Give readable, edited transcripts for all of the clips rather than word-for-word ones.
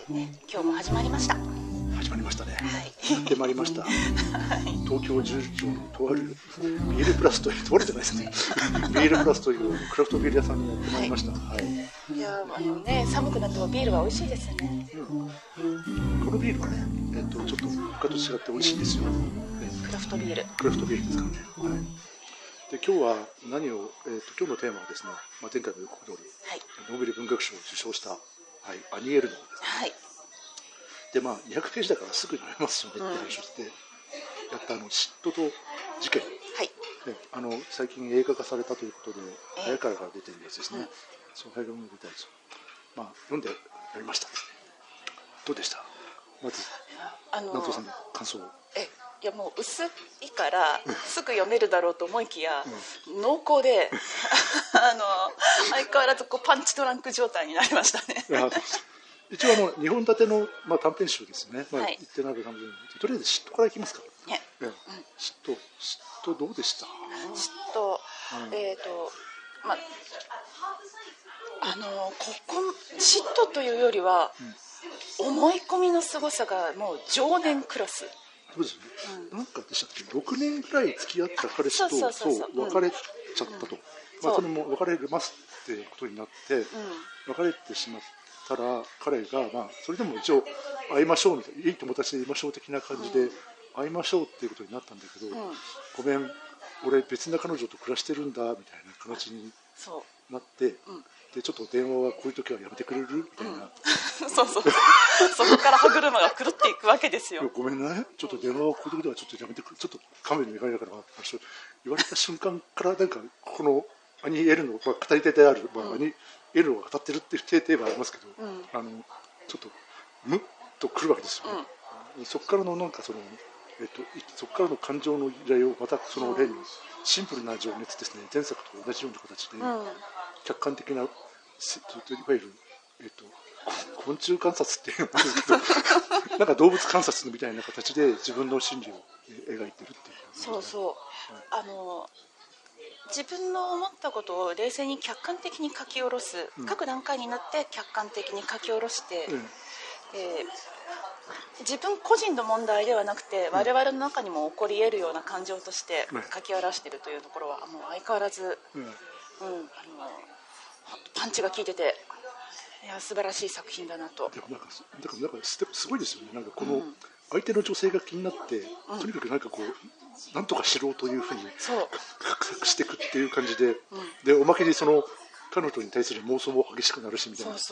今日も始まりました。 始まりましたね。 はい。 やってまいりました。東京十条のとあるビールプラスというとあるじゃないですね。ビールプラスというクラフトビール屋さんにやってまいりました。はい。 いやね、寒くなってもビールは美味しいですよね。 このビールがね、ちょっと他と違って美味しいんですよ。 クラフトビール。 クラフトビールですからね。はい。で今日は何を、今日のテーマはですね、前回の予告通り、 はい。 ノーベル文学賞を受賞した、はい、アニエルノですね。 はい。 で200ページだからすぐに読めますよねって話をして、やった嫉妬と事件、 はい。 最近映画化されたということで、早川が出てるやつですね。その早川が出たやつを、読んでやりましたですね。どうでした？まず南藤さんの感想を。 いやもう薄いからすぐ読めるだろうと思いきや、濃厚で相変わらずパンチトランク状態になりましたね。 一応2本立ての、短編集ですね。 はい、 言ってなく感じで、とりあえず嫉妬からいきますか。 ね。 嫉妬どうでした？ 嫉妬、嫉妬というよりは、思い込みのすごさがもう情念クラス。 そうですね。なんかでしたっけ、6年くらい付き合った彼氏と別れちゃったと。それも別れますっていうことになって、別れてしまったら彼がそれでも一応会いましょうみたいな、いい友達でいましょう的な感じで会いましょうっていうことになったんだけど、ごめん俺別な彼女と暮らしてるんだみたいな形になって、でちょっと電話はこういう時はやめてくれるみたいな、 そこから歯車が狂っていくわけですよ。 ごめんね、ちょっと電話はこういう時ではちょっとやめてくれ、ちょっとカメラに願いながら言われた瞬間からなんかこのアニエルの語り手である、アニエルを語ってるっていう定義はありますけど、ちょっとムッとくるわけですよね。そこからのなんかそこからの感情の依頼をまたその例にシンプルな情熱ですね、前作と同じような形で客観的な、いわゆる昆虫観察っていうのもあるんですけどなんか動物観察みたいな形で自分の心理を描いてるっていう。 自分の思ったことを冷静に客観的に書き下ろす、各段階になって客観的に書き下ろして、自分個人の問題ではなくて、我々の中にも起こり得るような感情として書き表しているというところはもう相変わらず、パンチが効いてて、いや素晴らしい作品だなと。 なんかすごいですよね。なんかこの相手の女性が気になって、とにかくなんとかしろというふうに隠していくっていう感じで、でおまけにその彼女に対する妄想も激しくなるしみたいな。いや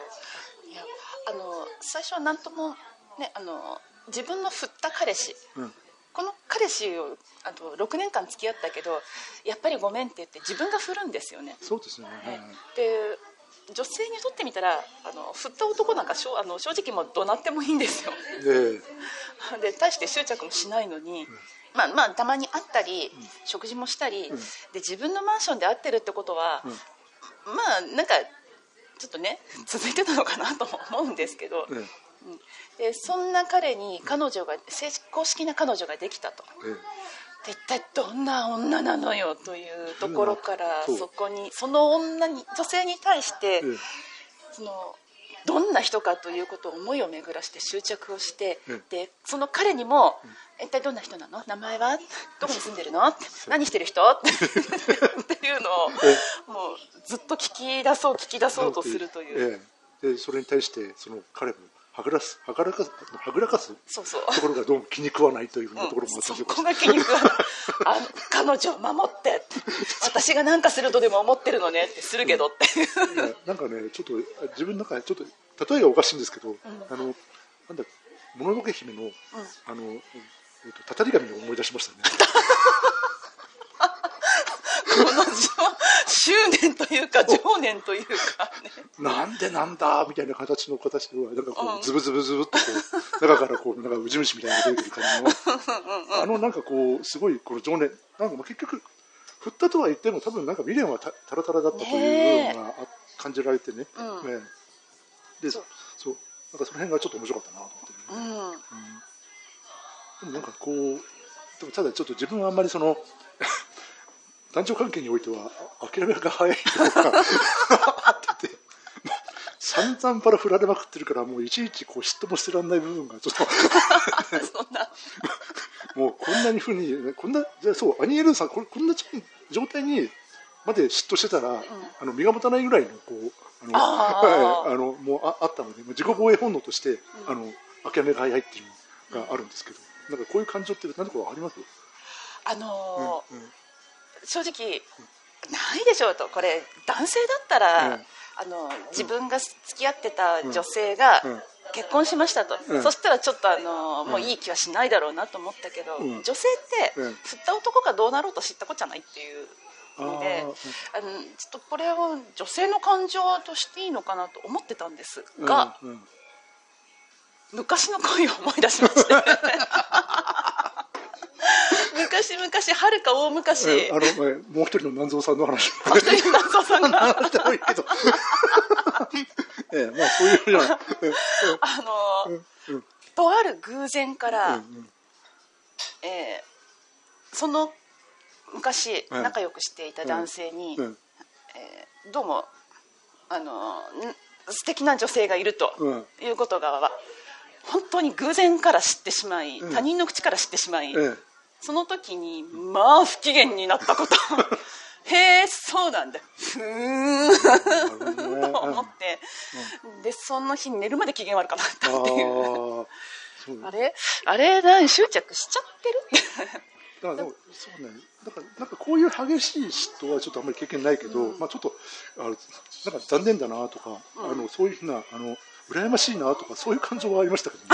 最初は何ともね、自分の振った彼氏、この彼氏を6年間付き合ったけどやっぱりごめんって言って自分が振るんですよね。 そうですね。 で女性にとってみたら振った男なんか正直もうどなってもいいんですよ。で大して執着もしないのに、たまに会ったり、食事もしたり、で自分のマンションで会ってるってことは、なんかちょっとね続いてたのかなとも思うんですけど、でそんな彼に公式な彼女ができたと、一体どんな女なのよというところから、その女性に対して、どんな人かということを思いを巡らして執着をして、でその彼にも、一体どんな人なの、名前は、どこに住んでるの、何してる人っていうのをもうずっと聞き出そうとするという、 でそれに対してその彼もはぐらかすところがどうも気に食わないというところもあったりとか、 そこが気に食わない彼女を守って私が何かするとでも思ってるのねってするけどってなんかねちょっと自分の中でちょっと例えがおかしいんですけど、もののけ姫のたたり神を思い出しましたね。 この執念というか情念というかね、 なんでなんだみたいな形ではなんかズブズブズブっと中からなんかウジ虫みたいなのが出てくる感じのなんかすごいこの情念、なんか結局振ったとは言っても多分なんか未練はタラタラだったというのが感じられてね、でそうなんかその辺がちょっと面白かったなと思って、でもなんかでもただちょっと自分はあんまり男女関係においては諦めが早いところがあってて、 散々パラ振られまくってるから、もういちいちこう嫉妬もしてらんない部分がちょっとそんなもうこんなにふうにこんなじゃそうアニエルさんこんな状態にまで嫉妬してたら、身が持たないぐらいのこうもうあったので、自己防衛本能として、諦めが早いっていうのがあるんですけど、なんかこういう感情って何かあります？ 正直ないでしょうと。これ男性だったら、自分が付き合ってた女性が結婚しましたと、そしたらちょっともういい気はしないだろうなと思ったけど、女性って振った男がどうなろうと知ったことじゃないっていうので、ちょっとこれを女性の感情としていいのかなと思ってたんですが、昔の恋を思い出しまして昔々はるか大昔、 もう一人の南蔵さんの話もう一人の南蔵さんが話してもいいけどまあそういうようなとある偶然から、その昔仲良くしていた男性に、どうも素敵な女性がいるということが本当に偶然から知ってしまい、他人の口から知ってしまい、その時にまあ不機嫌になったことへえそうなんだふーんと思って、でその日寝るまで機嫌悪くなったっていうあれ執着しちゃってるだからそうね、なんかこういう激しい嫉妬はちょっとあんまり経験ないけど、まあちょっとなんか残念だなとか、そういうふうな羨ましいなとかそういう感情はありましたけどね。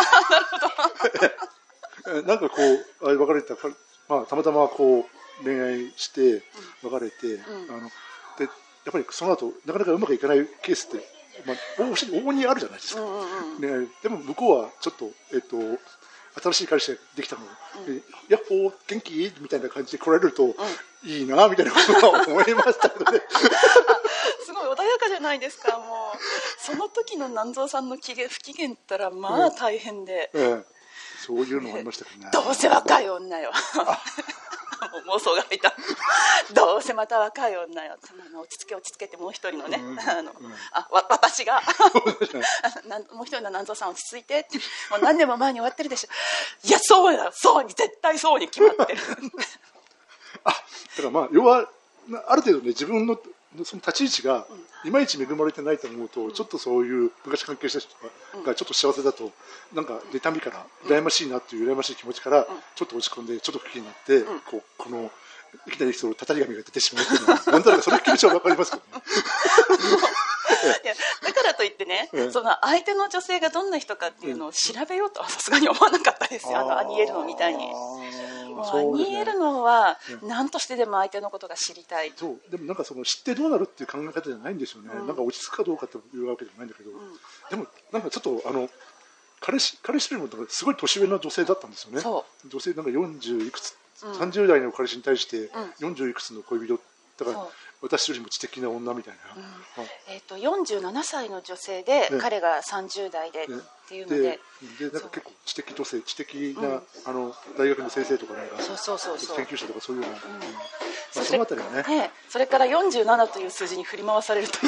なるほど。なんかこう別れたまあたまたまこう恋愛して別れて、でやっぱりその後なかなかうまくいかないケースって、まあ往々にあるじゃないですか。でも向こうはちょっと新しい彼氏ができたの、やっほー元気みたいな感じで来られると、いいなみたいなことは思いましたけどね。 すごい穏やかじゃないですか。もうその時の南蔵さんの不機嫌ったらまあ大変で、 そういうのもありましたけどね。 どうせ若い女よ妄想が入ったどうせまた若い女よ、落ち着けってもう一人のね、私がもう一人の南蔵さん落ち着いてってもう何年も前に終わってるでしょ。いやそうだそうに絶対そうに決まってるだからまあ要はある程度ね自分のその立ち位置がいまいち恵まれてないと思うと、ちょっとそういう昔関係した人がちょっと幸せだとなんか妬みから羨ましいなっていう羨ましい気持ちからちょっと落ち込んでちょっと不機嫌になって、このいきなりそのたたり神が出てしまうっていうのはなんとなくその気持ちは分かりますけどね。 いやだからといってね、その相手の女性がどんな人かっていうのを調べようとはさすがに思わなかったですよ。アニエルノみたいに。アニエルノは何としてでも相手のことが知りたい。 そうでもなんかその知ってどうなるっていう考え方じゃないんですよね。なんか落ち着くかどうかっていうわけじゃないんだけど、でもなんかちょっと彼氏よりもすごい年上の女性だったんですよね。女性なんか40いくつ、30代の彼氏に対して40いくつの恋人だから私よりも知的な女みたいな、 47歳の女性で、彼が30代でっていうので、 なんか結構知的女性知的な、大学の先生とかなんか研究者とかそういうような、そのあたりはね、 それから47という数字に振り回されるという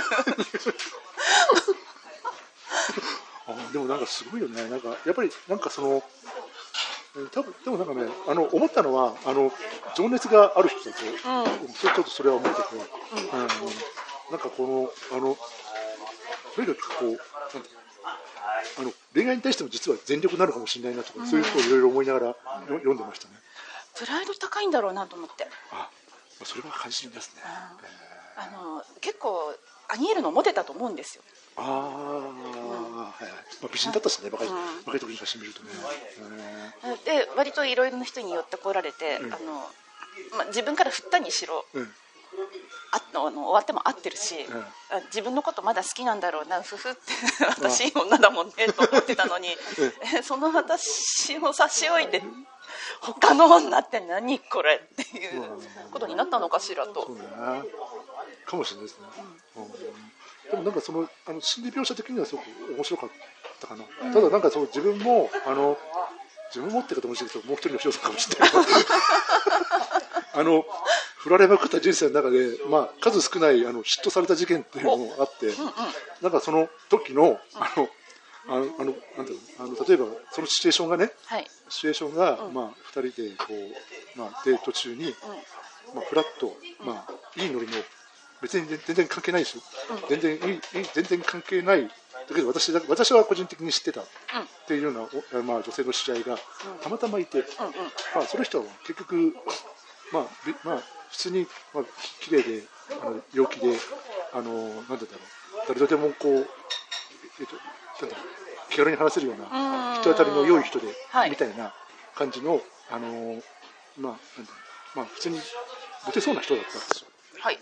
でもなんかすごいよね。なんかやっぱりなんかそのでもなんかね思ったのは情熱がある人だと、ちょっとそれは思ってて、なんかこのとにかくこう恋愛に対しても実は全力なのかもしれないなとか、そういうことをいろいろ思いながら読んでましたね。 プライド高いんだろうなと思って。 それは関心ですね。 結構アニエルノモテたと思うんですよ。 美人だったしね、若い時に写真見るとね。 で割といろいろな人に寄ってこられて、自分から振ったにしろ、終わっても合ってるし、自分のことまだ好きなんだろうな、ふふって私いい女だもんねと思ってたのに、その私を差し置いて他の女って何これっていうことになったのかしらと。 かもしれないですね。でもなんかその心理描写的にはすごく面白かったかな。ただなんかそう自分もって方もしれないけど、もう一人の人かもしれないけど振られまくった人生の中で、まあ、数少ない嫉妬された事件っていうのもあって、なんかその時のなんだろう例えばそのシチュエーションがね、シチュエーションが、まあ、2人でこう、まあ、デート中に、まあ、フラッと、まあ、いいノリの別に全然関係ないですよ、全然関係ないだけど私は個人的に知ってたっていうような、まあ、女性の知り合いがたまたまいて、まあ、その人は結局、まあ普通に、まあ、綺麗で陽気でなんて言うんだろう、誰とでもこう、なんだ気軽に話せるような人当たりの良い人で、みたいな感じの、まあ普通にモテそうな人だったんですよ。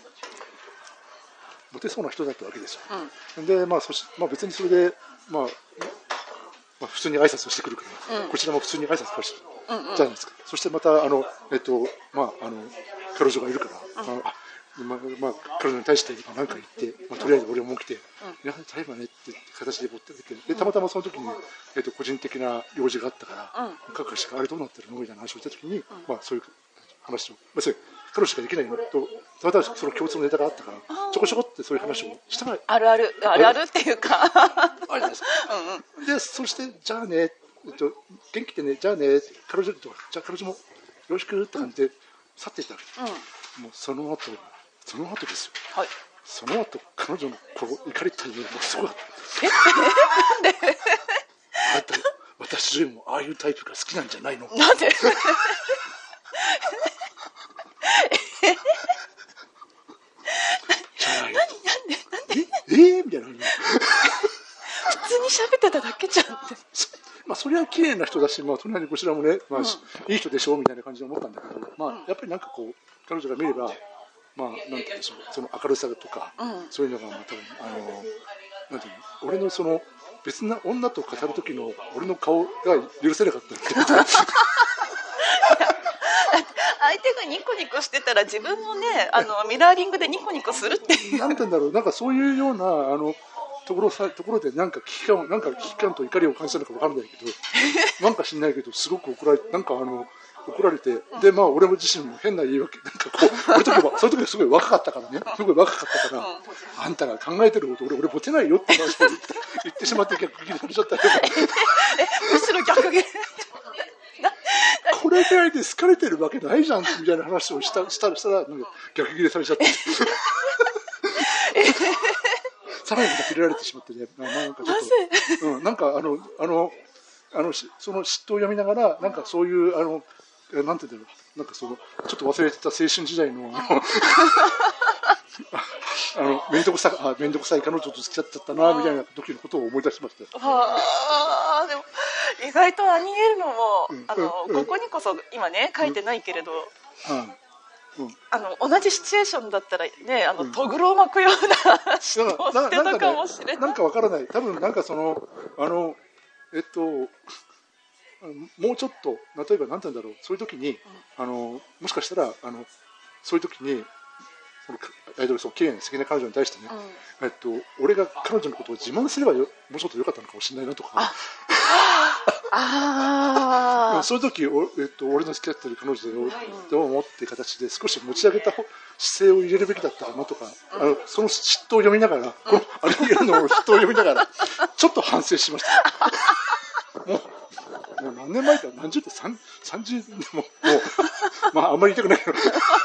モテそうな人だったわけですよ。で、まあ別にそれで、まあ普通に挨拶をしてくるから、こちらも普通に挨拶をしてじゃないですか。そしてまたまあ彼女がいるから、まあ彼女に対して何か言って、まあとりあえず俺も来て、やはり大変だねって形で持ってあげて、でたまたまその時に個人的な用事があったから、かかしかあれどうなってるのみたいな話をした時に、まあそういう話を、まあ彼女しかできないのと、たまたまその共通のネタがあったから、ちょこちょこってそういう話をしたら、 あるあるっていうか、 あれなんですか。で、そして、じゃあね、元気でね、じゃあね、彼女とか、じゃあ彼女もよろしくって感じで去っていったわけです。もうその後ですよ。その後、彼女のこの怒りったりもすごかった。私よりもああいうタイプが好きなんじゃないの？ なんで？ みたいな。 普通に喋ってただけじゃんって。 まあそれは綺麗な人だし、まあ隣にこちらもね、まあいい人でしょうみたいな感じで思ったんだけど、まあやっぱりなんかこう彼女が見れば、まあなんて言うんでしょう、その明るさとか、そういうのがまたなんていうの、俺のその別な女と語る時の俺の顔が許せなかったっていうか。 相手がニコニコしてたら自分もね、ミラーリングでニコニコするっていう。 なんて言うんだろう、なんかそういうようなところでなんか危機感と怒りを感じたのか分からないけど、なんか知んないけどすごく怒られて、でまあ俺も自身も変な言い訳なんかこうその時はすごい若かったからね、あんたが考えてること俺モテないよって話を言ってしまって逆切れされちゃったりとか。 むしろ逆切れ。 これぐらいで好かれてるわけないじゃんみたいな話をしたら逆切れされちゃって。さらにまた切れられてしまってね、なんかちょっと、なんかその嫉妬を読みながら、なんかそういうなんていうんだろう、なんかそのちょっと忘れてた青春時代の面倒くさい彼女と付き合っちゃったなみたいな時のことを思い出しました。 でも意外とアニエルノもここにこそ今ね書いてないけれど。同じシチュエーションだったらね、とぐろを巻くような嫉妬をしてたかもしれない。 なんかわからない。多分なんかそのもうちょっと例えばなんて言うんだろう、そういう時にもしかしたらそういう時にそう綺麗な素敵な彼女に対してね、俺が彼女のことを自慢すればもうちょっと良かったのかもしれないなとか。そういう時俺の付き合ってる彼女を思って形で少し持ち上げた姿勢を入れるべきだったかなとか、その嫉妬を読みながら、このアリエルの嫉妬を読みながらちょっと反省しました。もう何年前か、何十って30年もまああんまり言いたくないけど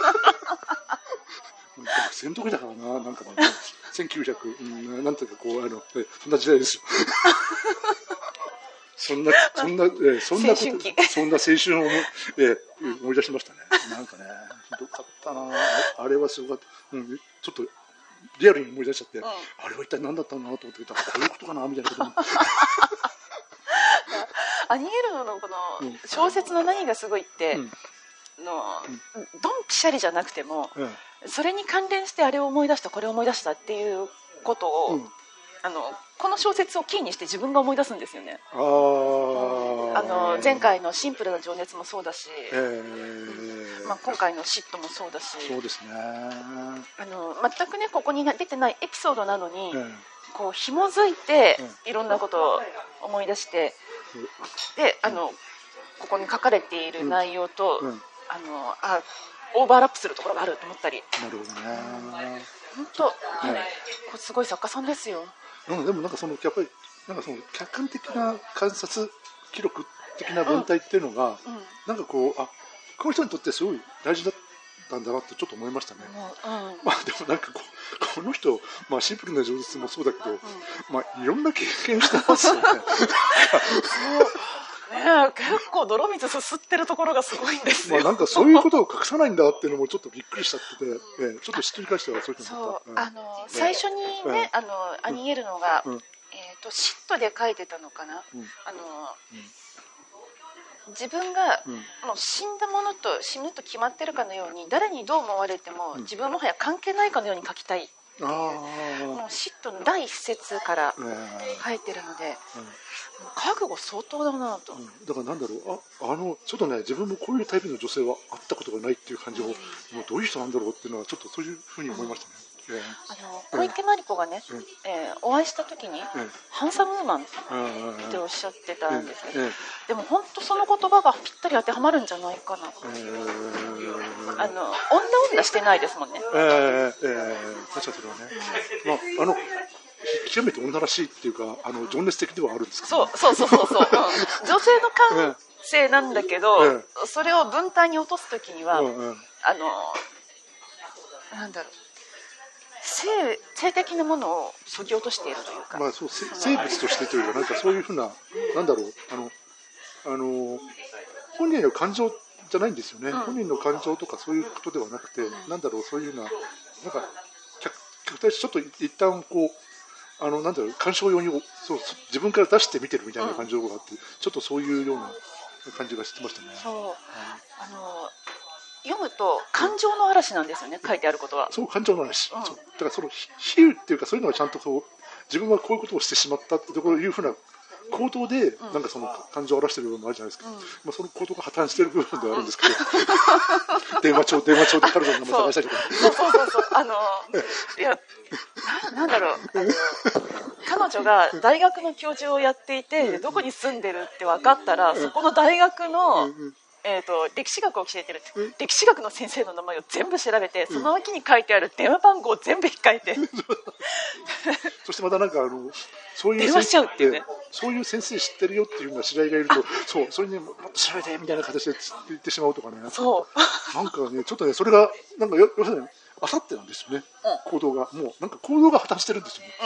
学生の時だからな、なんかね、1900なんていうかこうそんな時代ですよ。そんな青春を思い出しましたね。なんかね、ひどかったな。あれはすごかった。ちょっとリアルに思い出しちゃって、あれは一体何だったんだなと思ってたら、こういうことかなみたいなことも。 アニエルノのこの小説の何がすごいって、ドンピシャリじゃなくても、それに関連してあれを思い出したこれを思い出したっていうことを、この小説をキーにして自分が思い出すんですよね。前回のシンプルな情熱もそうだし、今回の嫉妬もそうだし、 そうですね。 全くねここに出てないエピソードなのに、こう紐づいていろんなことを思い出して、でここに書かれている内容と、 オーバーラップするところがあると思ったり。 なるほどね。 本当、これすごい作家さんですよ。 でもなんかやっぱりなんか客観的な観察記録的な文体っていうのが、なんかこの人にとってすごい大事だったんだなってちょっと思いましたね。まあでもなんかこの人、まあシンプルな情実もそうだけど、まあいろんな経験してますよね。 結構泥水すすってるところがすごいんですよ。 まあなんかそういうことを隠さないんだっていうのもちょっとびっくりしちゃってて、ちょっとしっくり返してはそういうのそう、最初にね、アニエルノが、シットで書いてたのかな、自分がもう死んだものと死ぬと決まってるかのように、誰にどう思われても自分もはや関係ないかのように書きたい。もうシットの第一節から書いてるので、覚悟相当だなと。 だからなんだろう、ちょっとね、自分もこういうタイプの女性は会ったことがないっていう感じを、もうどういう人なんだろうっていうのはちょっとそういうふうに思いましたね。 小池真理子がね、お会いした時に、ハンサムウーマンっておっしゃってたんですけど、でも本当その言葉がぴったり当てはまるんじゃないかな。女してないですもんね。 確かにそれはね、まあ極めて女らしいっていうか、情熱的ではあるんですけど、 そう、女性の感性なんだけど、それを文体に落とすときには、なんだろう、性的なものを削ぎ落としているというか、 まあそう生物としてというか、なんかそういうふうな、なんだろう、本人の感情じゃないんですよね。本人の感情とかそういうことではなくて、なんだろう、そういうような、なんかちょっと一旦なんだろう、鑑賞用に自分から出して見てるみたいな感情があって、ちょっとそういうような感じがしてましたね。 読むと感情の嵐なんですよね、書いてあることは。 そう、感情の嵐。だから比喩っていうか、そういうのはちゃんと自分はこういうことをしてしまったっていうふうな行動で、なんかその感情を表している部分もあるじゃないですか。まあその行動が破綻している部分ではあるんですけど、電話帳で彼女の名前探したりとか。 いや、なんだろう、彼女が大学の教授をやっていて、どこに住んでるって分かったら、そこの大学の歴史学を教えてる歴史学の先生の名前を全部調べて、その脇に書いてある電話番号を全部控えてそしてまたなんかそういう電話しちゃうっていうね、 そういう先生知ってるよっていうような知り合いがいると、それにもっと調べてみたいな形で言ってしまうとかね。なんかね、ちょっとね、それがなんか要するにあさってなんですよね、行動がもうなんか行動が破綻してるんですよね。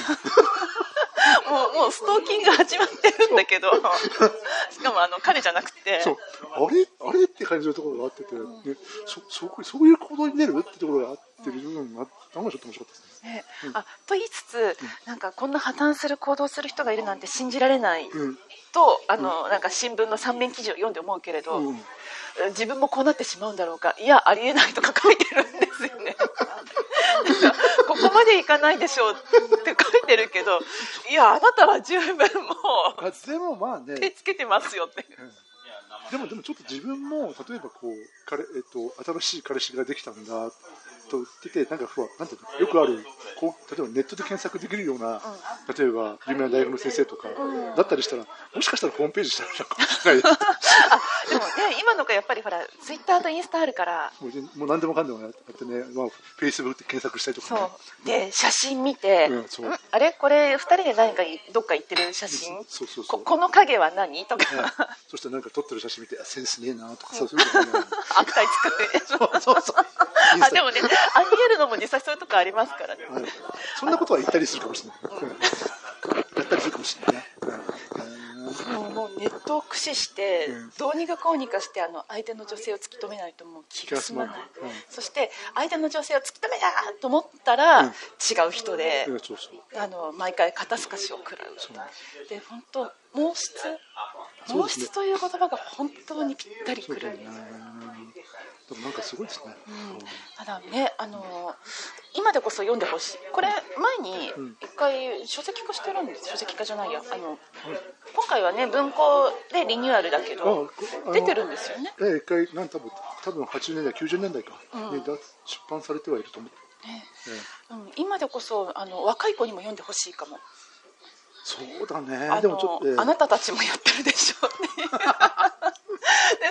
もうストーキング始まってるんだけど、しかも彼じゃなくて、 あれって感じのところがあってて、そういう行動に出るってところがあってる部分がちょっと面白かったですね。 と言いつつ、なんかこんな破綻する行動する人がいるなんて信じられないと、なんか新聞の3面記事を読んで思うけれど、自分もこうなってしまうんだろうか、いやありえないとか書いてるんですよね。ここまでいかないでしょうって書いてるけど、いやあなたは十分もうでもまあね、 手つけてますよって。 でもちょっと自分も例えば新しい彼氏ができたんだと言ってて、なんていうの、よくある例えばネットで検索できるような、例えば有名な大学の先生とかだったりしたら、もしかしたらホームページしたらいいかもしれない。 でもね、今の子やっぱりほらツイッターとインスタあるからもう何でもかんでもやってね、フェイスブックで検索したりとか、ね、 で写真見て、あれこれ2人で何かどっか行ってる写真、この影は何とか、 そしてなんか撮ってる写真見てセンスねえなとか、そういうのね、 悪態つくね。でもね、アニエルノも実際そういうとこありますからね。 そんなことは言ったりするかもしれない。やったりするかもしれないね。 もうネットを駆使してどうにかこうにかして相手の女性を突き止めないともう気が済まない。そして相手の女性を突き止めたと思ったら違う人で毎回肩透かしを食らう。で本当毛質という言葉が本当にぴったりくる。 でもなんかすごいですね。 ただね、今でこそ読んでほしい。これ前に一回書籍化してるんです。書籍化じゃないや、今回はね文庫でリニューアルだけど出てるんですよね。 一回多分80年代90年代かに出版されてはいると思う。 今でこそ若い子にも読んでほしいかも。 そうだね。でもちょっとあなたたちもやってるでしょうね。で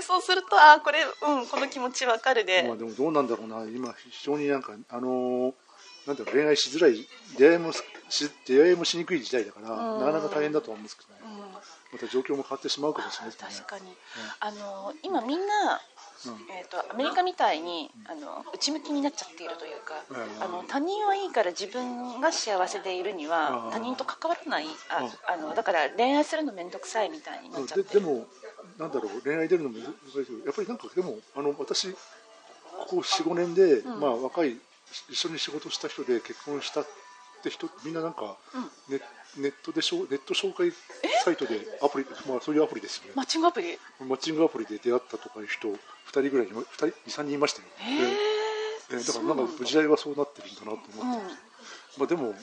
そうするとこれ、この気持ちわかるで。 まあでもどうなんだろうな、今非常になんかなんだろう、恋愛しづらい、出会いもしにくい時代だから、なかなか大変だと思うんですけどね。また状況も変わってしまうかもしれないですね。 確かに、今みんな、アメリカみたいに内向きになっちゃっているというか、他人はいいから自分が幸せでいるには他人と関わらない、だから恋愛するの面倒くさいみたいになっちゃって。 でもなんだろう、恋愛出るのも難しいけど、やっぱりなんかでも私ここ 4,5 年で、若い一緒に仕事した人で結婚したって人みんななんか、ネット紹介サイトでアプリ、そういうアプリですよね。 マッチングアプリで出会ったとかいう人2人ぐらい2、3人いましたよ。だからなんか時代はそうなってるんだなと思って、でも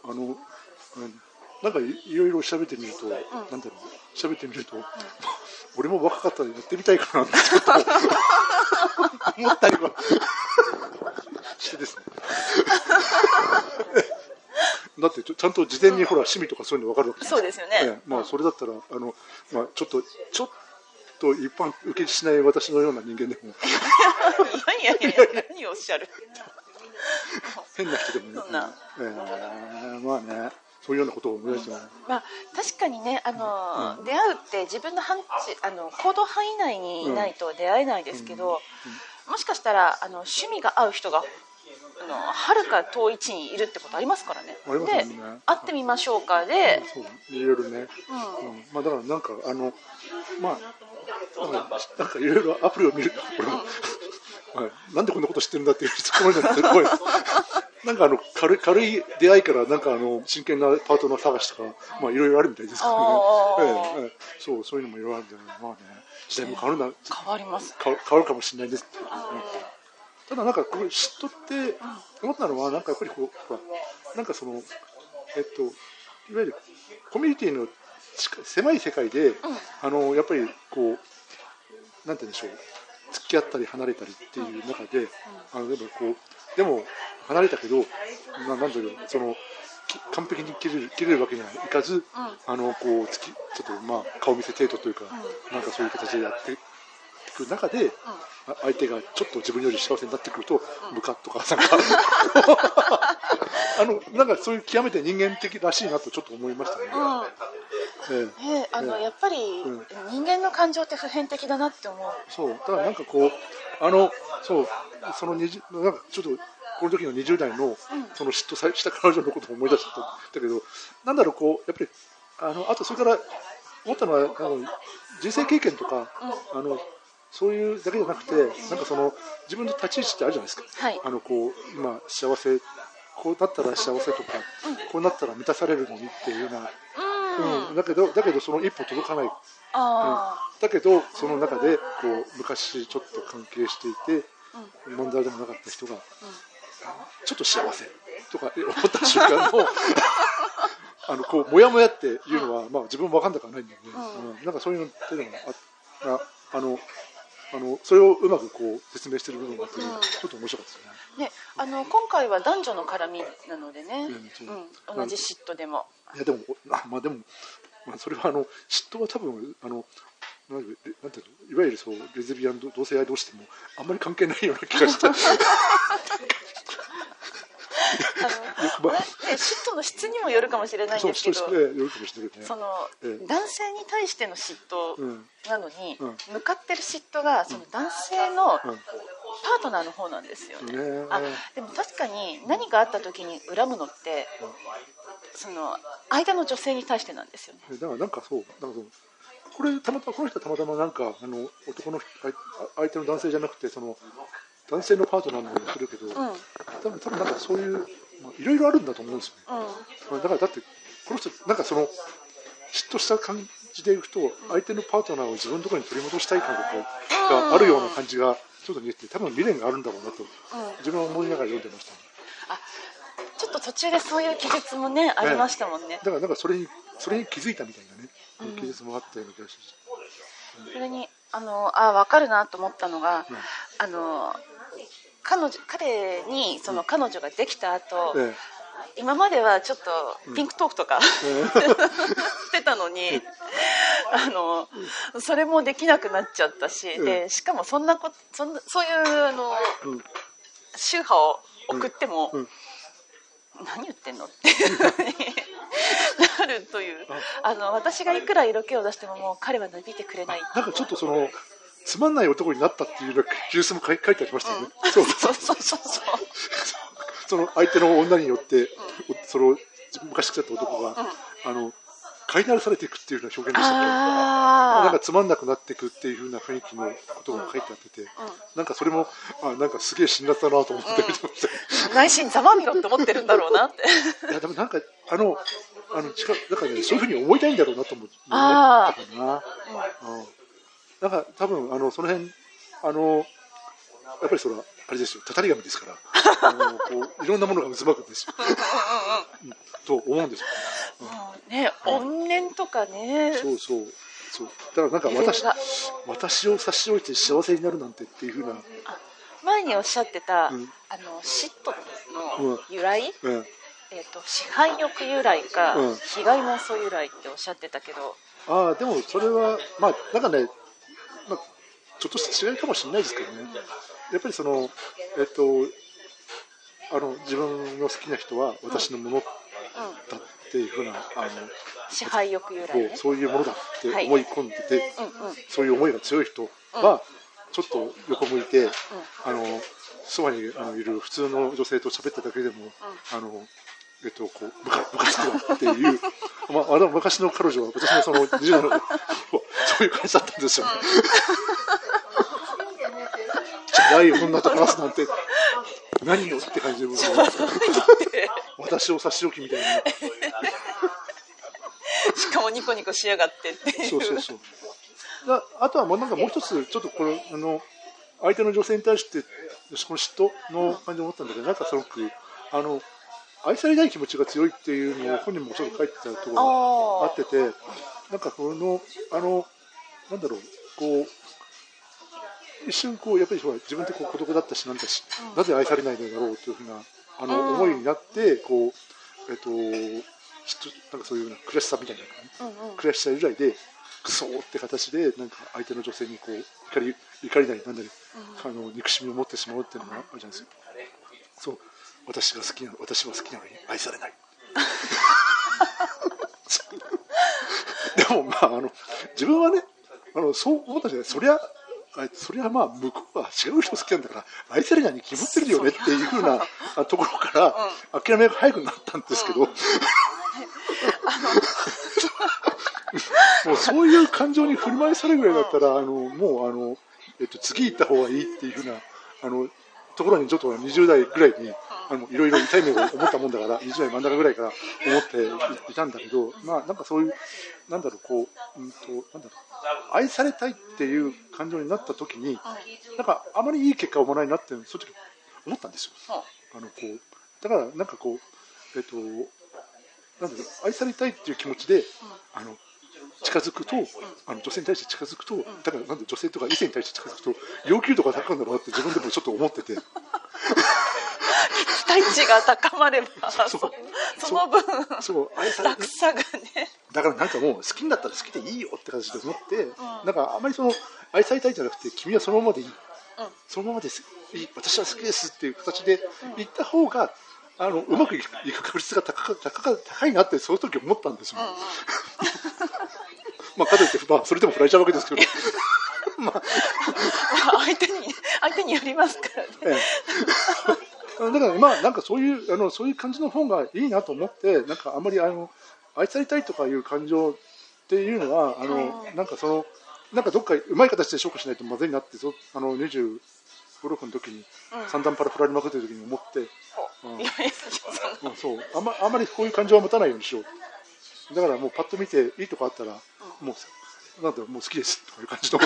なんかいろいろ調べてみると、なんだろう、調べてみると、俺も若かったらやってみたいかなってちょっと思ったりはしてですね。だってちゃんと事前にほら趣味とかそういうの分かるわけです。 そうですよね。 それだったらちょっと一般受けしない私のような人間でもいや何をおっしゃる。 変な人でもね。まあね。そういうようなことを思い出してます。 確かにね、出会うって自分の行動範囲内にいないと出会えないですけど、もしかしたら趣味が合う人が遥か遠い地にいるってことありますからね。で、会ってみましょうかで、 いろいろね。だからなんかなんかいろいろアプリを見ると、なんでこんなこと知ってるんだっていうつもりなんですけど、なんか軽い出会いからなんか真剣なパートナー探しとかいろいろあるみたいですからね。そういうのもいろいろあるんで、時代も変わります。 変わるかもしれないです。ただなんかこれ嫉妬って思ったのは、なんかやっぱりなんかいわゆるコミュニティの狭い世界で、やっぱりなんて言うんでしょう、付き合ったり離れたりっていう中で、でも離れたけど、なんだろう、完璧に切れるわけにはいかず、ちょっと顔見せ程度というか、なんかそういう形でやっていく中で、相手がちょっと自分より幸せになってくると、ムカッとかなんかそういう極めて人間的らしいなとちょっと思いましたね。 やっぱり人間の感情って普遍的だなって思う。 そうだからなんかそのなんかちょっとこの時の20代のその嫉妬した彼女のことを思い出したけど、なんだろう、やっぱりあとそれから思ったのは人生経験とか、そういうだけじゃなくて、なんか自分の立ち位置ってあるじゃないですか。今幸せ、こうなったら幸せとか、こうなったら満たされるのにっていうような、だけどその一歩届かない、だけどその中で昔ちょっと関係していて、問題でもなかった人が、ちょっと幸せとか思った瞬間のモヤモヤっていうのは、自分も分かんなくはないんだけど、なんかそういうのっていうのがそれをうまく説明している部分があって、ちょっと面白かったですね。 今回は男女の絡みなのでね、同じ嫉妬でも。 いやでもそれは嫉妬は多分なんていうの、いわゆるレズビアン同性愛同士でもあんまり関係ないような気がして。 嫉妬の質にもよるかもしれないんですけど、男性に対しての嫉妬なのに、向かってる嫉妬がその男性のパートナーの方なんですよね。でも確かに何かあった時に恨むのってその間の女性に対してなんですよね。 だからなんかこの人はたまたまなんか男の相手の男性じゃなくて男性のパートナーのようにするけど、多分なんかそういういろいろあるんだと思うんですよね。だってこの人なんか嫉妬した感じでいくと、相手のパートナーを自分のところに取り戻したい感覚があるような感じがちょっと見えて、多分未練があるんだろうなと自分は思いながら読んでました、ね。 ちょっと途中でそういう記述もねありましたもんね。 だからなんかそれに気づいたみたいなね、記述もあったような気がします。 それに分かるなと思ったのが、彼に彼女ができた後、今まではちょっとピンクトークとかしてたのに、 それもできなくなっちゃったし、でしかもそういう宗派を送っても、何言ってんのってなるという、私がいくら色気を出してももう彼は伸びてくれない。 なんかちょっとつまんない男になったっていうようなニュースも書いてありましたよね。その相手の女によって、昔来ちゃった男が、飼いならされていくっていうような表現でしたっけ。なんかつまんなくなっていくっていう風な雰囲気のことが書いてあってて、なんかそれもなんかすげえ辛辣だなと思って見てました。 内心ざまみろって思ってるんだろうなって。 いやでもなんかだからね、そういう風に思いたいんだろうなと思ったかな。なんか多分その辺やっぱりそれはあれですよ、たたり神ですからこういろんなものが渦巻くんですよと思うんですよ。 ね、怨念とかね。 そうだからなんか私を差し置いて幸せになるなんてっていう風な、 前におっしゃってた、嫉妬の由来、支配欲由来か、被害妄想由来っておっしゃってたけど、 でもそれはなんかね、ちょっとした違いかもしれないですけどね。やっぱり自分の好きな人は私のものだっていうふうな支配欲由来、ね、 そういうものだって思い込んでて、そういう思いが強い人はちょっと横向いて、そばにいる普通の女性と喋っただけでも、こうムカつくわっていう、昔の彼女は私のその20代のそういう感じだったんですよね。じゃない女と話すなんて何よって感じで、私を差し置きみたいな。 しかもニコニコしやがってっていう。 そうあとはなんかもう一つちょっとこれ相手の女性に対してこの嫉妬の感じを思ったんだけど、なんかすごく愛されたい気持ちが強いっていうのを本人もちょっと書いてたところがあってて、なんかなんだろう、こう一瞬やっぱり自分って孤独だったしなんだし、なぜ愛されないのだろうというふうな思いになって、なんかそういう悔しさみたいな、悔しさ由来でクソーって形でなんか相手の女性に怒りなりなんだり、憎しみを持ってしまうっていうのがあるじゃないですか。そう、私は好きなのに愛されない。でも自分はねそう思ったじゃない。そりゃ向こうは違う人好きなんだから愛されないに決まってるよねっていう風なところから諦めが早くなったんですけど、もうそういう感情に振り回されるぐらいだったらもう次行った方がいいっていう風なところにちょっと20代ぐらいにいろいろ痛い目を思ったもんだから20代真ん中ぐらいから思っていたんだけど、なんかそういうなんだろう愛されたいっていう感情になった時になんかあまりいい結果をもらえないなって正直思ったんですよ。だからなんかなんだろう、愛されたいっていう気持ちで近づくと女性に対して近づくと、だからなんで女性とか異性に対して近づくと要求度が高いんだろうなって自分でもちょっと思ってて。 期待値が高まればその分落差がね、 だからなんかもう好きになったら好きでいいよって形で思って、なんかあんまり愛されたいじゃなくて君はそのままでいい、そのままですいい、私は好きですっていう形で言った方がうまくいく確率が高いなってその時思ったんですよ。かといってそれでも振られちゃうわけですけど相手によりますからね。 だからなんかそういう感じの方がいいなと思って、なんかあんまり愛されたいとかいう感情っていうのはなんかなんかどっかうまい形で消化しないとまずいなって25、6の時に三段パラ振られまくってる時に思って、そうあんまりこういう感情は持たないようにしよう。だからもうパッと見ていいとこあったらもうなんだろう、もう好きですという感じの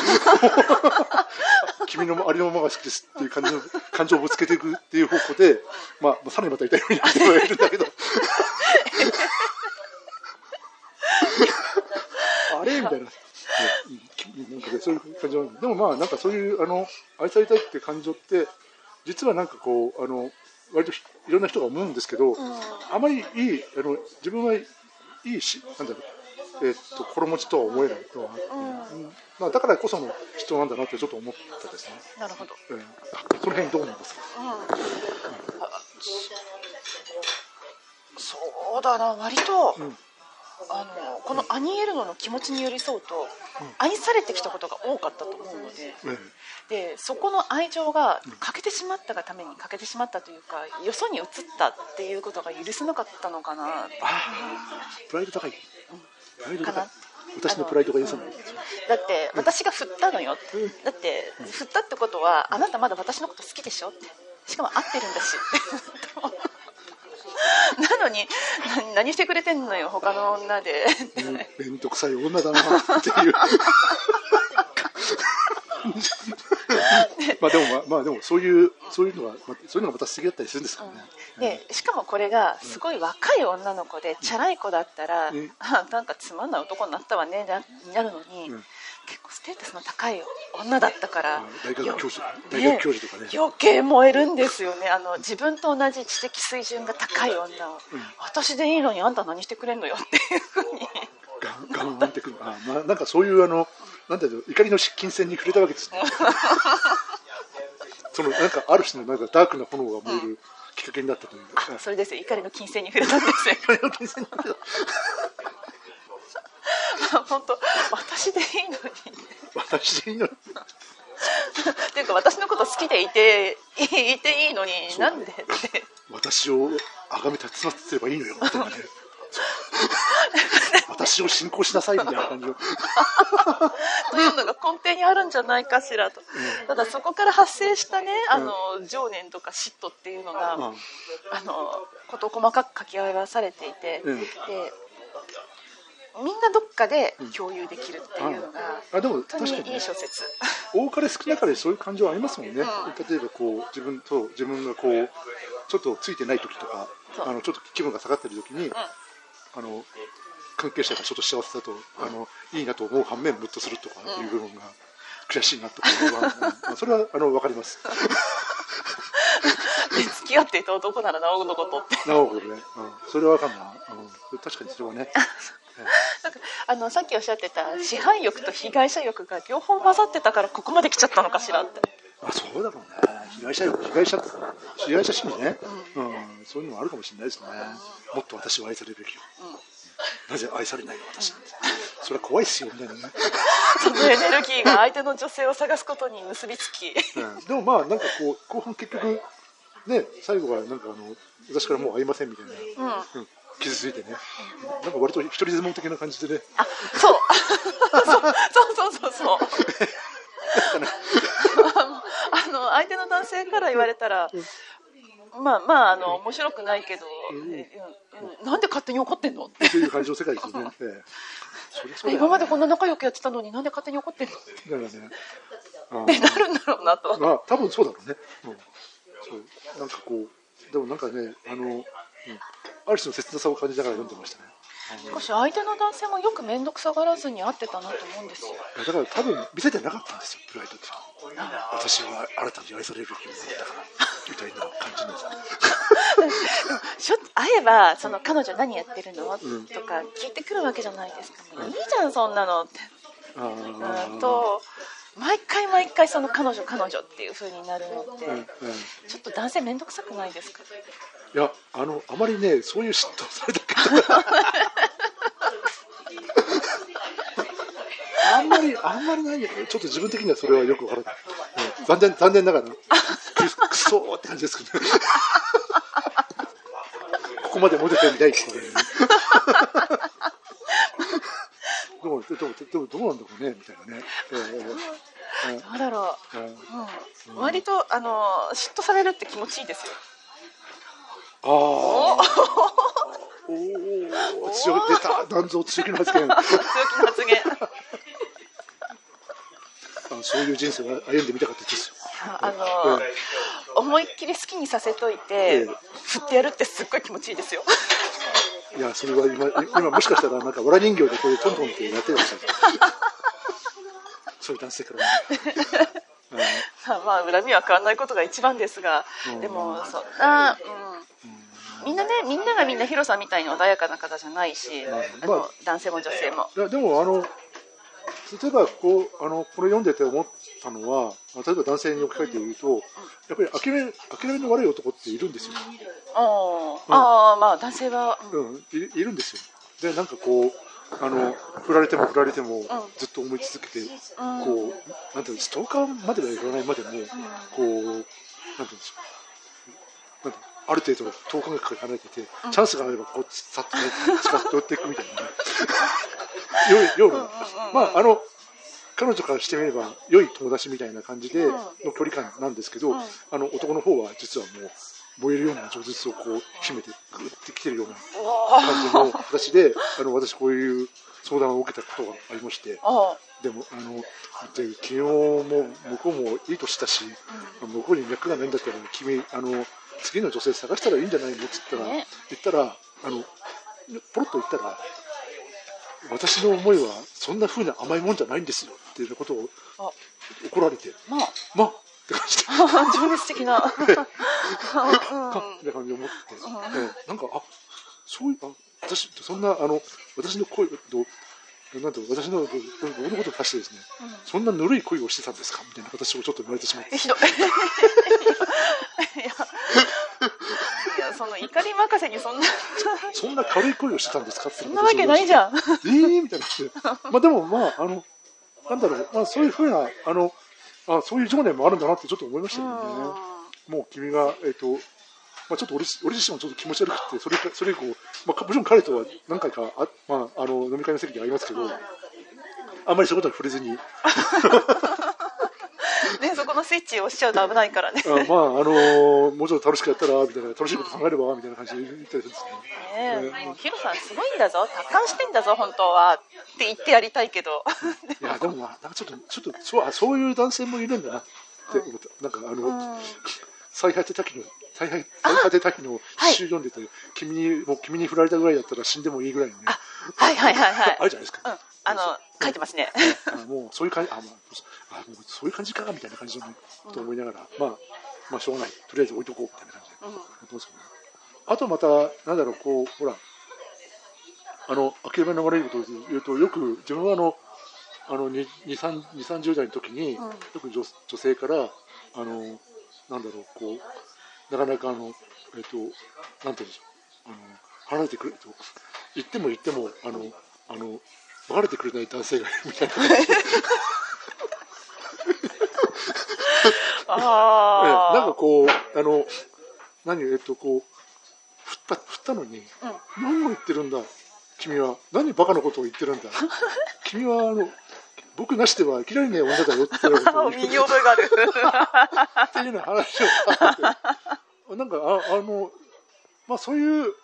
君のありのままが好きですっていう感じの感情をぶつけていくっていう方向で、さらにまた痛いようになってはいるんだけどあれみたいな、なんかそういう感じなんで、でもなんかそういう愛されたいって感情って実はなんか割といろんな人が思うんですけど、あまりいい自分はいいし、なんだろう、 心持ちとは思えないとは、まあ、だからこその人なんだなってちょっと思ったですね。 なるほど。 その辺どうなんですか。 そうだな、割と、このアニエルノの気持ちに寄り添うと、愛されてきたことが多かったと思うので、でそこの愛情が欠けてしまったがために欠けてしまったというか、よそに移ったっていうことが許せなかったのかな。 プライド高い、プライド高い、私のプライドが許せない、 だって私が振ったのよ、だって振ったってことはあなたまだ私のこと好きでしょって、しかも会ってるんだしなのに何してくれてんのよ他の女でめんどくさい女だなっていうまあでもそういうのがまた素敵だったりするんですからね。 でしかもこれがすごい若い女の子でチャラい子だったら、なんかつまんない男になったわねになるのに、結構ステータスの高い女だったから、 大学教授とかね、 余計燃えるんですよね。自分と同じ知的水準が高い女を、私でいいのにあんた何してくれんのよっていうふうに頑張ってくる。なんかそういうなんていうの、怒りの金線に触れたわけですねなんかある種のなんかダークな炎が燃えるきっかけになったという、 それですよ、怒りの金線に触れたんですよ怒りの金線に触れた本当、私でいいのにっていうか、私のこと好きでいていいのに、なんでって私を崇め立ちますればいいのよみたいなね私を信仰しなさいみたいな感じのというのが根底にあるんじゃないかしらと、ただそこから発生したね、情念とか嫉妬っていうのが、事細かく書き表されていて、でみんなどっかで共有できるっていうのが、 でも本当にいい小説。 多かれ少なかれそういう感情ありますもんね。例えばこう自分がこうちょっとついてない時とか、ちょっと気分が下がってる時に、関係者がちょっと幸せだといいなと思う反面ムッとするとかいう部分が悔しいなとかそれは分かります付き合っていた男ならなおのことってなおのことね、それは分かんない、確かにそれはねなんかさっきおっしゃってた支配欲と被害者欲が両方混ざってたからここまで来ちゃったのかしらって。 そうだろうね、被害者心理ね、そういうのもあるかもしれないですね。もっと私は愛されるべきよ、なぜ愛されないの私、それは怖いっすよみたいなねそのエネルギーが相手の女性を探すことに結びつき、 でもまあなんかこう後半結局ね、最後はなんか私からもう会いませんみたいな、傷ついてね、なんか割と一人相撲的な感じでね、 そう相手の男性から言われたら、まあ面白くないけど、なんで勝手に怒ってんのっていう感情世界ですよね今までこんな仲良くやってたのになんで勝手に怒ってんのってなるんだろうなと。 多分そうだろうね、そうなんかこうでもなんかねある種の切なさを感じながら読んでましたね。 しかし相手の男性もよく面倒くさがらずに会ってたなと思うんですよ。 だから多分見せてなかったんですよ、プライドって。私はあなたに愛されるべきものだからみたいな感じの会えば彼女何やってるの、とか聞いてくるわけじゃないですか、いいじゃんそんなのってと毎回その彼女っていう風になるのって、ちょっと男性面倒くさくないですか。 いやあまりね、そういう嫉妬されたけどあんまりない。ちょっと自分的にはそれはよくわからない、残念ながらクソって感じですけどここまでモテてみたいっていうでもどうなんだろうねみたいなね、 どうだろう、割と嫉妬されるって気持ちいいですよ。 お強気出た、断蔵強気の発言そういう人生を歩んでみたかったですよ。 思いっきり好きにさせといて、振ってやるってすっごい気持ちいいですよ。 いや、それは今もしかしたらなんか藁人形でこういうトントンってやってるんですよそういう男性からまあ恨みは変わらないことが一番ですが、でもそんな、 みんながみんなヒロさんみたいに穏やかな方じゃないし、男性も女性も。 いやでも例えばこれ読んでて思ったのは、例えば男性に置き換えて言うと、やっぱり諦めの悪い男っているんですよ。 まあ男性は、 いるんですよ。でなんかこう振られてもずっと思い続けて、こうなんていうの、ストーカーまではいかないまでも、こうなんていうんでしょう、ある程度の等間隔から離れてて、チャンスがあればこうさっと近寄っていくみたいなね。ようまあ彼女からしてみれば良い友達みたいな感じでの距離感なんですけど、男の方は実はもう燃えるような情熱をこう秘めてグッてきてるような感じの形で、私こういう相談を受けたことがありまして、でも昨日も向こうもいい年だし、向こうに脈がないんだったら君次の女性探したらいいんじゃないのって言ったらポロッと言ったら、私の思いはそんな風な甘いもんじゃないんですよっていうことを怒られて、まあって感じで情熱的なみたいな感じで思って、なんかそういう私そんな私の声となんて私の僕のことを出してですね、そんなぬるい恋をしてたんですかみたいな形をちょっと言われてしまって。 いやその怒り任せにそんな軽い恋をしてたんですかって。 そんなわけないじゃん。 みたいな。でもなんだろう、そういうふうなそういう情念もあるんだなってちょっと思いましたよね。もう君がちょっと俺自身もちょっと気持ち悪くて、それ以降、もちろん彼とは何回か飲み会の席で会いますけど、あんまりそういうことは触れずに。 そこのスイッチを押しちゃうと危ないからね。 もうちょっと楽しくやったらみたいな、楽しいこと考えればみたいな感じで言ったりするんですね。ヒロさんすごいんだぞ、達観してんだぞ本当はって言ってやりたいけど。 いやでもなんかちょっとそういう男性もいるんだなって思った。なんか最果て多岐の詩読んでて、君に振られたぐらいだったら死んでもいいぐらいのね。 はい。 あるじゃないですか。 書いてますね。 もうそういう感じ、もうそういう感じかみたいな感じのと思いながら、まあしょうがない、とりあえず置いとこうみたいな感じでやってますけどね。あとまたなんだろう、こうほら諦めの悪いことを言うと、よく自分は2、30代の時に、よく女性からなんだろう、こうなかなかなんていうんでしょう、離れてくれと言っても別れてくれない男性がいるみたいななんかこうこう振ったのに、何を言ってるんだ君は、何バカなことを言ってるんだ君は僕なしでは生きられない女だよって言われて、身に覚えがあるっていうような話をなんかそういう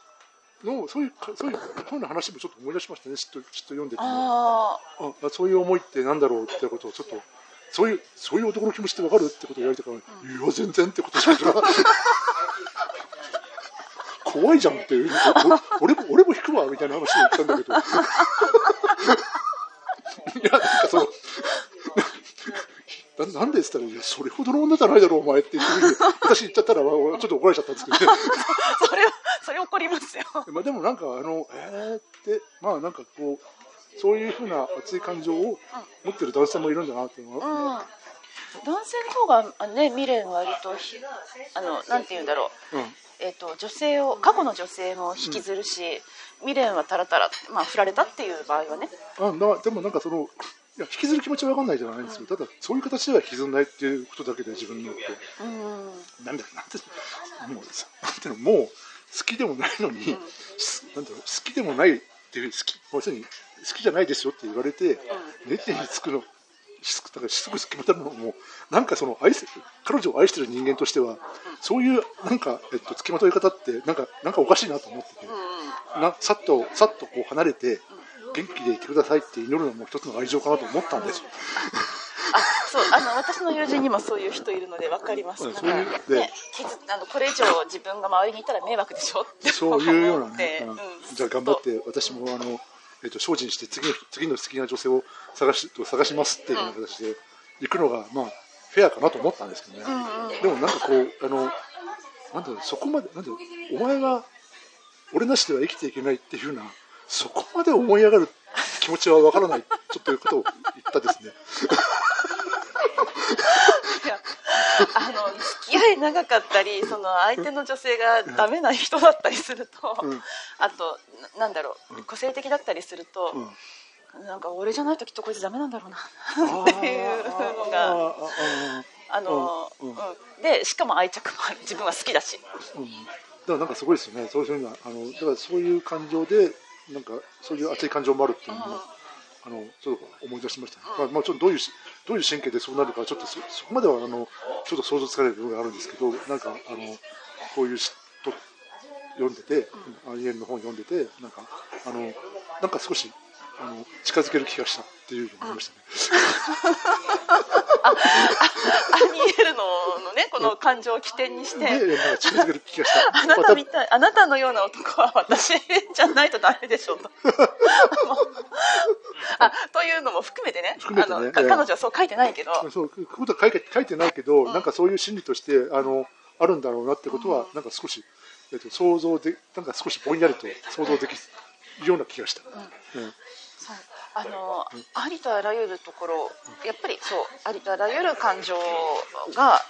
話もちょっと思い出しましたね。ちょっと読んでても、そういう思いってなんだろうってことをちょっと、そういう男の気持ちって分かるってことを言われてから、いや全然ってことしか怖いじゃんっていう、俺も引くわみたいな話を言ったんだけど、いやなんかなんでって言ったら、いやそれほどの女じゃないだろうお前って言って私言っちゃったらちょっと怒られちゃったんですけど、 それ怒りますよ。 でもなんかってなんかこうそういうふうな熱い感情を持ってる男性もいるんだなっていうのは、 男性の方がね、未練割となんて言うんだろう、過去の女性も引きずるし、未練はたらたら振られたっていう場合はね。 でもなんか引きずる気持ちは分かんないじゃないんですよ。ただそういう形では引きずらないっていうことだけで自分によって、なんていうの、もう好きでもないのに、好きでもないっていう要するに好きじゃないですよって言われて、ネチにつくの。すぐ決めたのも、なんか彼女を愛してる人間としては、そういうなんか付きまとい方ってなんかおかしいなと思ってて、さっとこう離れて元気でいてくださいって祈るのも一つの愛情かなと思ったんですよ。 そう私の友人にもそういう人いるので分かります。これ以上自分が周りにいたら迷惑でしょってそういうようなね、じゃあ頑張って私も精進して次の好きな女性を探しますっていう形で行くのがフェアかなと思ったんですけどね。でもなんかこうなんだろう、そこまでお前は俺なしでは生きていけないっていうふうな、そこまで思い上がる気持ちはわからない、ちょっということを言ったですね。 いや付き合い長かったり、その相手の女性がダメな人だったりすると、あとなんだろう、個性的だったりすると、なんか俺じゃないときっとこいつダメなんだろうなっていうのがで、しかも愛着もある、自分は好きだし、 だからなんかすごいですよね。そういうのはだからそういう感情でなんかそういう熱い感情もあるっていうのをちょっと思い出しましたね。まあちょっとどういう神経でそうなるかちょっとそこまではちょっと想像つかない部分があるんですけど、なんかこういう人読んでて、アニエルの本読んでて、なんか少し近づける気がしたっていうのがありましたね。 アニエルのね、この感情を起点にして、 近づける気がした。 あなたのような男は私じゃないとダメでしょうと。というのも含めてね、彼女はそう書いてないけど、 そういうことは書いてないけど、なんかそういう心理としてあるんだろうなってことは、なんか少し想像で、なんか少しぼんやりと想像できるような気がした。 ありとあらゆるところ、やっぱりそうありとあらゆる感情が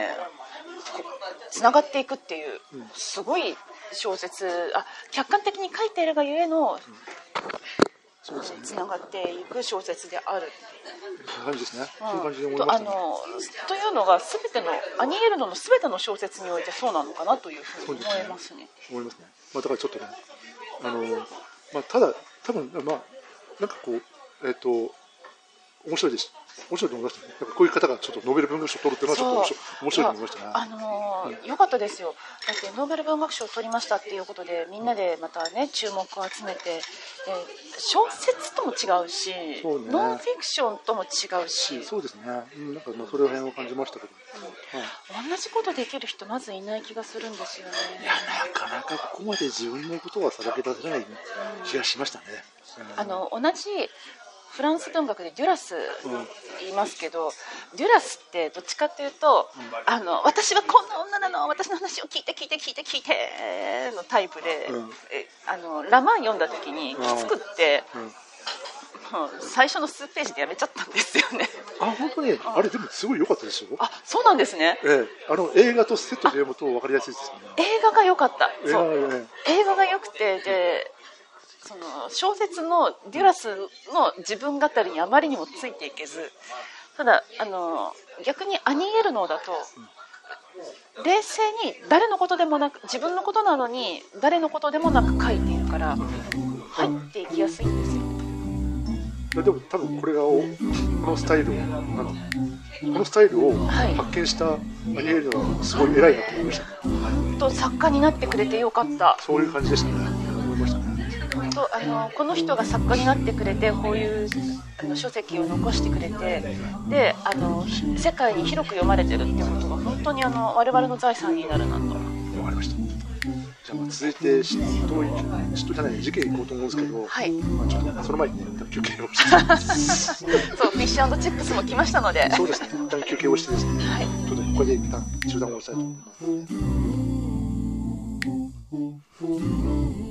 つながっていくっていう、すごい小説、客観的に書いているがゆえのつながっていく小説である感じですね。そういう感じで思いましたね。 というのが全てのアニエルノの全ての小説においてそうなのかなというふうに思いますね。 思いますね。だからちょっとね、ただ多分なんかこう面白いです。面白いと思いましたね。なんかこういう方がちょっとノーベル文学賞を取るっていうのはちょっと面白いと思いましたね。 良かったですよ。だってノーベル文学賞を取りましたっていうことでみんなでまたね注目を集めて、小説とも違うし、ノンフィクションとも違うし、 そうですね。なんかそれら辺を感じましたけど、 同じことできる人まずいない気がするんですよね。 いや、なかなかここまで自分のことはさらけ出せない気がしましたね。 同じフランス文学でデュラス言いますけど、デュラスってどっちかっていうと、私はこんな女なの、私の話を聞いてのタイプで、ラマン読んだ時にきつくって、最初の数ページでやめちゃったんですよね。 本当にあれでもすごい良かったですよ。 そうなんですね。 映画とセットで読むと分かりやすいですよね。 映画が良かった。映画が良くて、でその小説のデュラスの自分語りにあまりにもついていけず、ただ逆にアニエルノだと冷静に誰のことでもなく、自分のことなのに誰のことでもなく書いているから入っていきやすいんですよ。 でも多分これがこのスタイルを発見したアニエルノはすごい偉いなと思いましたね。 作家になってくれてよかった。 そういう感じでしたね。思いましたね。 この人が作家になってくれて、こういう書籍を残してくれて、で世界に広く読まれてるっていうことが本当に我々の財産になるなと。 わかりました。じゃあ続いて事件行こうと思うんですけど、ちょっとその前にね休憩をしてそうフィッシュ&チップスも来ましたので、 そうですね、一旦休憩をしてですね、ちょっとここで一旦中断をしたいと思います。